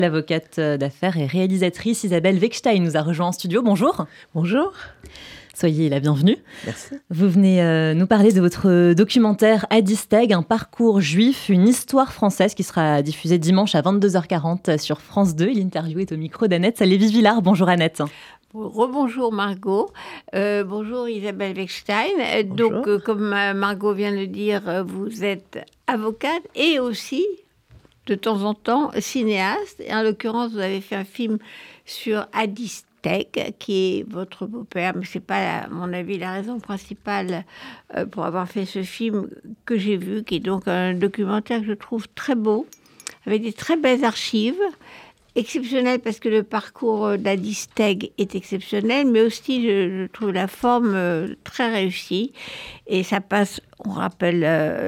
L'avocate d'affaires et réalisatrice Isabelle Weckstein nous a rejoint en studio. Bonjour. Bonjour. Soyez la bienvenue. Merci. Vous venez nous parler de votre documentaire Adisteg, un parcours juif, une histoire française qui sera diffusée dimanche à 22h40 sur France 2. L'interview est au micro d'Annette Salévy-Villard. Bonjour Annette. Rebonjour Margot, bonjour Isabelle Weckstein. Bonjour. Donc comme Margot vient de le dire, vous êtes avocate et aussi de temps en temps cinéaste. Et en l'occurrence, vous avez fait un film sur Adisteg, qui est votre beau-père, mais c'est pas, à mon avis, la raison principale pour avoir fait ce film que j'ai vu, qui est donc un documentaire que je trouve très beau, avec des très belles archives. Exceptionnel parce que le parcours d'Adisteg est exceptionnel, mais aussi je trouve la forme très réussie. Et ça passe, on rappelle,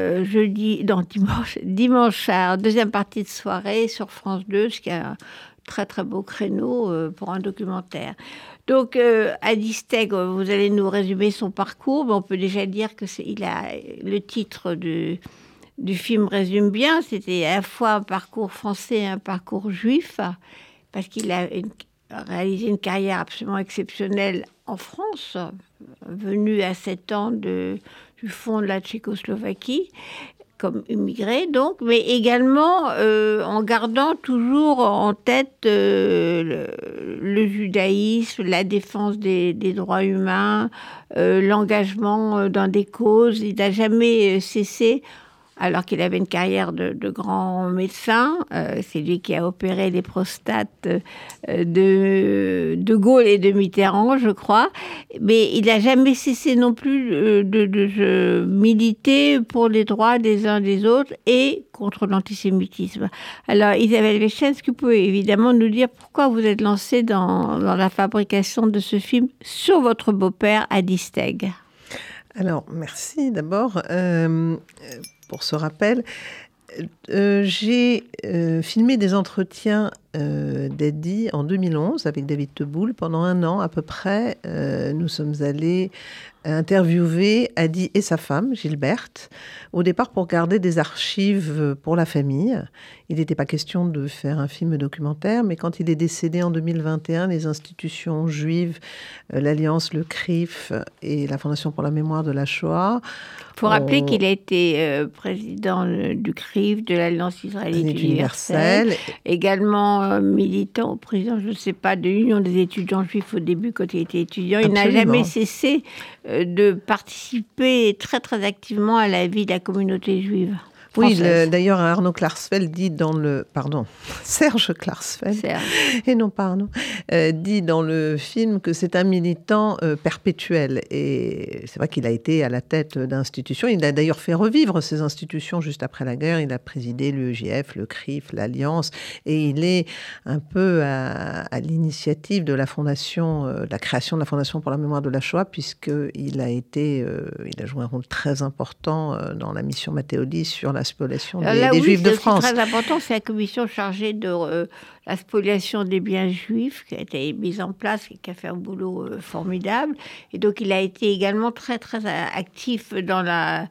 dimanche à deuxième partie de soirée sur France 2, ce qui est un très très beau créneau pour un documentaire. Donc Adisteg, vous allez nous résumer son parcours, mais on peut déjà dire que il a le titre du film résume bien, c'était à la fois un parcours français et un parcours juif, parce qu'il a réalisé une carrière absolument exceptionnelle en France, venu à 7 ans du fond de la Tchécoslovaquie, comme immigré donc, mais également en gardant toujours en tête le judaïsme, la défense des droits humains, l'engagement dans des causes. Il n'a jamais cessé, alors qu'il avait une carrière de grand médecin. C'est lui qui a opéré les prostates de Gaulle et de Mitterrand, je crois. Mais il n'a jamais cessé non plus de militer pour les droits des uns des autres et contre l'antisémitisme. Alors, Isabelle Weckstein, est-ce que vous pouvez évidemment nous dire pourquoi vous êtes lancée dans la fabrication de ce film sur votre beau-père Adisteg ? Alors, merci d'abord pour ce rappel. J'ai filmé des entretiens d'Eddie en 2011 avec David Teboul. Pendant un an à peu près, nous sommes allés interviewer Adi et sa femme, Gilberte, au départ pour garder des archives pour la famille. Il n'était pas question de faire un film documentaire, mais quand il est décédé en 2021, les institutions juives, l'Alliance, le CRIF et la Fondation pour la mémoire de la Shoah... Il faut rappeler qu'il a été président du CRIF, de l'Alliance israélite universelle, également militant au président, je ne sais pas, de l'Union des étudiants juifs au début quand il était étudiant. Il n'a jamais cessé de participer très très activement à la vie de la communauté juive. Oui, d'ailleurs, Arnaud Klarsfeld dit dans le... Pardon, Serge Klarsfeld, et non pas Arnaud, dit dans le film que c'est un militant perpétuel. Et c'est vrai qu'il a été à la tête d'institutions. Il a d'ailleurs fait revivre ces institutions juste après la guerre. Il a présidé l'UEJF, le CRIF, l'Alliance. Et il est un peu à l'initiative de la fondation, de la création de la Fondation pour la mémoire de la Shoah, puisqu'il a joué un rôle très important dans la mission Matteoli sur la spoliation des Juifs de France. C'est très important, c'est la commission chargée de la spoliation des biens juifs qui a été mise en place et qui a fait un boulot formidable. Et donc, il a été également très, très actif dans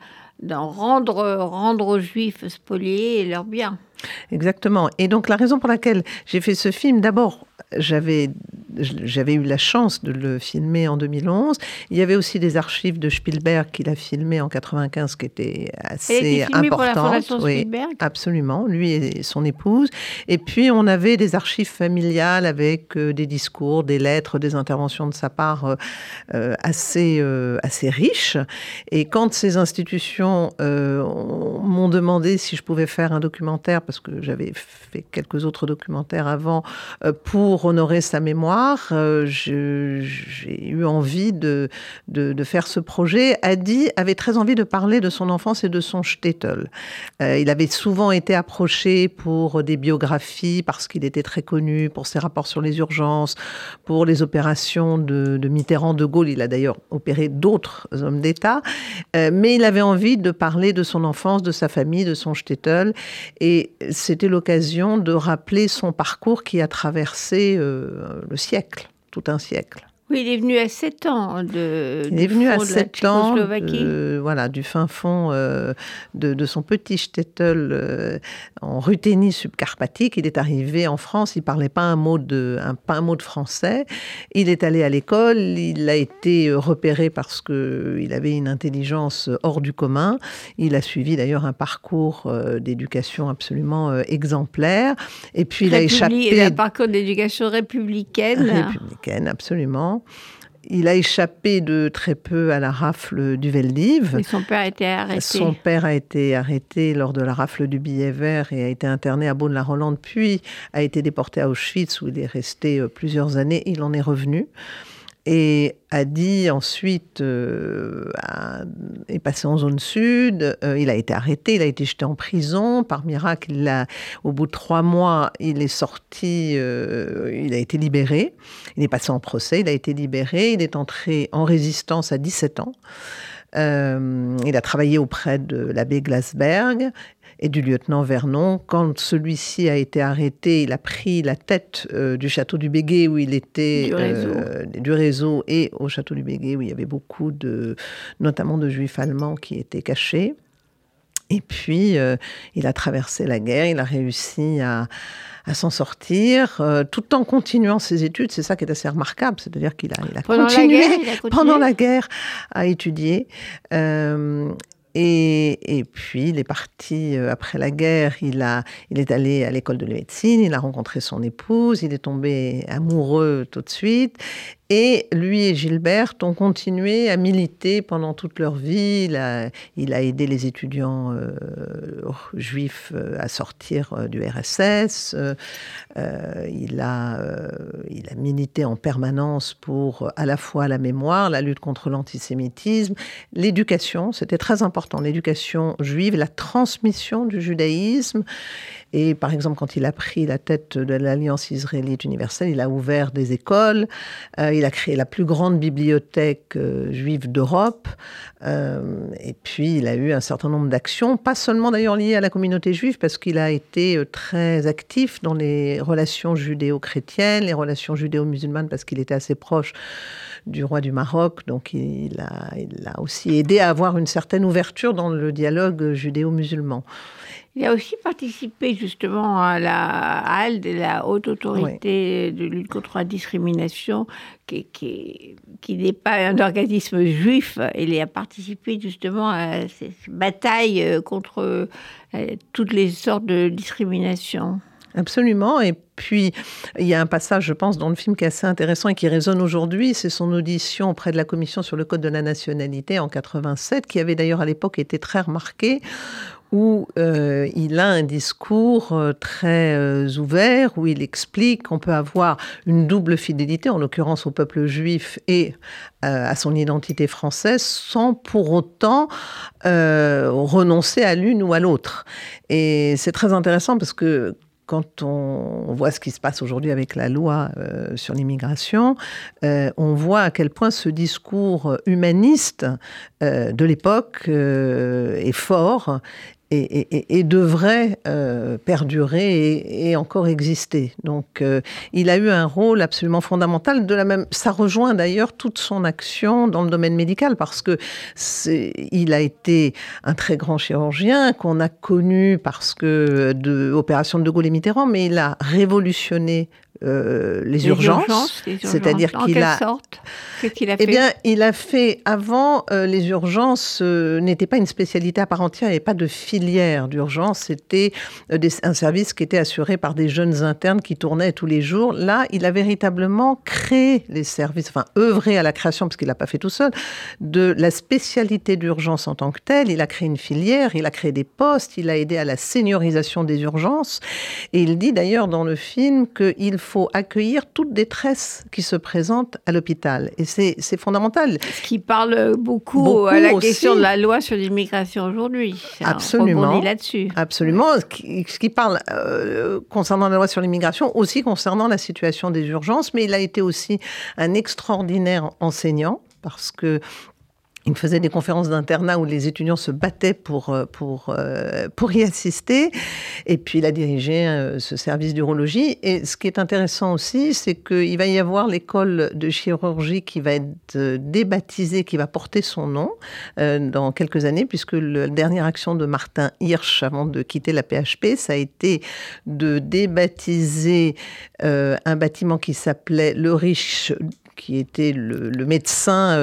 rendre aux Juifs spoliés leurs biens. Exactement. Et donc, la raison pour laquelle j'ai fait ce film, d'abord, j'avais eu la chance de le filmer en 2011. Il y avait aussi des archives de Spielberg qu'il a filmé en 95 qui étaient assez importantes. Pour la Fondation Spielberg. Oui, absolument, lui et son épouse. Et puis, on avait des archives familiales avec des discours, des lettres, des interventions de sa part assez riches. Et quand ces institutions m'ont demandé si je pouvais faire un documentaire, parce que j'avais fait quelques autres documentaires avant, pour honorer sa mémoire, j'ai eu envie de faire ce projet. Adi avait très envie de parler de son enfance et de son shtetl. Il avait souvent été approché pour des biographies parce qu'il était très connu pour ses rapports sur les urgences, pour les opérations de Mitterrand, de Gaulle. Il a d'ailleurs opéré d'autres hommes d'État. Mais il avait envie de parler de son enfance, de sa famille, de son shtetl. Et c'était l'occasion de rappeler son parcours qui a traversé le siècle, tout un siècle. Oui, il est venu à 7 ans Il est venu à 7 ans du fin fond de son petit shtetl en Ruthénie subcarpatique. Il est arrivé en France, il ne parlait pas un mot de français. Il est allé à l'école, il a été repéré parce qu'il avait une intelligence hors du commun. Il a suivi d'ailleurs un parcours d'éducation absolument exemplaire. Et puis il a échappé... Un parcours d'éducation républicaine. Républicaine, absolument. Il a échappé de très peu à la rafle du Veldiv. Et son père a été arrêté. Son père a été arrêté lors de la rafle du Billet Vert et a été interné à Beaune-la-Rolande, puis a été déporté à Auschwitz où il est resté plusieurs années. Il en est revenu. Et a dit ensuite, est passé en zone sud, il a été arrêté, il a été jeté en prison. Par miracle, au bout de 3 mois, il est sorti, il a été libéré. Il est passé en procès, il a été libéré. Il est entré en résistance à 17 ans. Il a travaillé auprès de l'abbé Glasberg et du lieutenant Vernon. Quand celui-ci a été arrêté, il a pris la tête du château du Béguet où il était du réseau, et au château du Béguet où il y avait beaucoup notamment de juifs allemands qui étaient cachés. Et puis, il a traversé la guerre, il a réussi à s'en sortir, tout en continuant ses études. C'est ça qui est assez remarquable, c'est-à-dire qu'il a continué pendant la guerre à étudier. Et puis, il est parti après la guerre, il est allé à l'école de médecine, il a rencontré son épouse, il est tombé amoureux tout de suite. Et lui et Gilberte ont continué à militer pendant toute leur vie. Il a aidé les étudiants juifs à sortir du RSS. Il a milité en permanence pour à la fois la mémoire, la lutte contre l'antisémitisme, l'éducation. C'était très important, l'éducation juive, la transmission du judaïsme. Et par exemple, quand il a pris la tête de l'Alliance israélite universelle, il a ouvert des écoles, il a créé la plus grande bibliothèque juive d'Europe, et puis il a eu un certain nombre d'actions, pas seulement d'ailleurs liées à la communauté juive, parce qu'il a été très actif dans les relations judéo-chrétiennes, les relations judéo-musulmanes, parce qu'il était assez proche du roi du Maroc, donc il a aussi aidé à avoir une certaine ouverture dans le dialogue judéo-musulman. Il a aussi participé justement à la HALD, la Haute Autorité de lutte contre la discrimination, qui n'est pas un organisme juif. Il a participé justement à ces batailles contre toutes les sortes de discrimination. Absolument. Et puis, il y a un passage, je pense, dans le film qui est assez intéressant et qui résonne aujourd'hui. C'est son audition auprès de la Commission sur le Code de la nationalité en 87, qui avait d'ailleurs à l'époque été très remarquée, où il a un discours très ouvert, où il explique qu'on peut avoir une double fidélité, en l'occurrence au peuple juif et à son identité française, sans pour autant renoncer à l'une ou à l'autre. Et c'est très intéressant parce que quand on voit ce qui se passe aujourd'hui avec la loi sur l'immigration, on voit à quel point ce discours humaniste de l'époque est fort et devrait perdurer et encore exister. Donc, il a eu un rôle absolument fondamental. Ça rejoint d'ailleurs toute son action dans le domaine médical, parce que il a été un très grand chirurgien qu'on a connu parce que de l'opération de Gaulle et Mitterrand, mais il a révolutionné les urgences. C'est-à-dire qu'il a... Qu'est-ce qu'il a fait ? Eh bien, il a fait... Avant, les urgences n'étaient pas une spécialité à part entière. Il n'y avait pas de filière d'urgence. C'était un service qui était assuré par des jeunes internes qui tournaient tous les jours. Là, il a véritablement créé les services, enfin, œuvré à la création, parce qu'il ne l'a pas fait tout seul, de la spécialité d'urgence en tant que telle. Il a créé une filière, il a créé des postes, il a aidé à la seniorisation des urgences. Et il dit d'ailleurs dans le film qu'il faut accueillir toute détresse qui se présente à l'hôpital. Et c'est fondamental. Ce qui parle beaucoup à la question de la loi sur l'immigration aujourd'hui. Absolument. On rebondit là-dessus. Absolument. Ce qui parle concernant la loi sur l'immigration, aussi concernant la situation des urgences. Mais il a été aussi un extraordinaire enseignant, parce que Il faisait des conférences d'internat où les étudiants se battaient pour y assister. Et puis, il a dirigé ce service d'urologie. Et ce qui est intéressant aussi, c'est qu'il va y avoir l'école de chirurgie qui va être débaptisée, qui va porter son nom dans quelques années, puisque la dernière action de Martin Hirsch, avant de quitter la PHP, ça a été de débaptiser un bâtiment qui s'appelait Le Riche, qui était le médecin,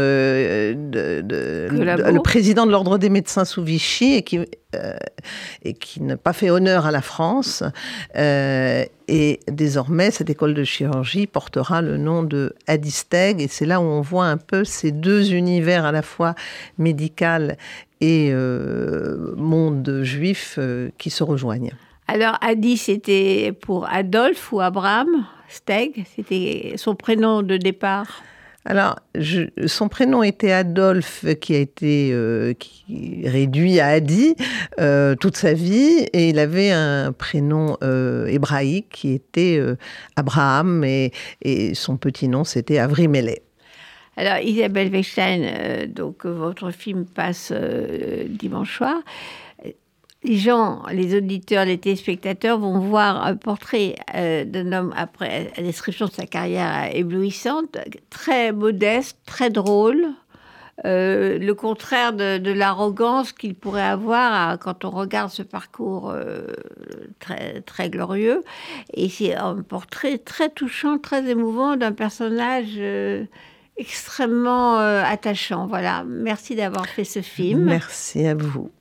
le président de l'ordre des médecins sous Vichy, et qui n'a pas fait honneur à la France. Et désormais, cette école de chirurgie portera le nom de Hadisteg. Et c'est là où on voit un peu ces deux univers, à la fois médical et monde juif, qui se rejoignent. Alors, Adi, c'était pour Adolphe ou Abraham Steg, c'était son prénom de départ. Alors, son prénom était Adolphe, qui a été réduit à Adi toute sa vie, et il avait un prénom hébraïque qui était Abraham, et son petit nom c'était Avrimelech. Alors, Isabelle Weckstein, donc votre film passe dimanche soir. Les gens, les auditeurs, les téléspectateurs vont voir un portrait d'un homme après la description de sa carrière éblouissante, très modeste, très drôle, le contraire de l'arrogance qu'il pourrait avoir quand on regarde ce parcours très, très glorieux. Et c'est un portrait très touchant, très émouvant d'un personnage extrêmement attachant. Voilà, merci d'avoir fait ce film. Merci à vous.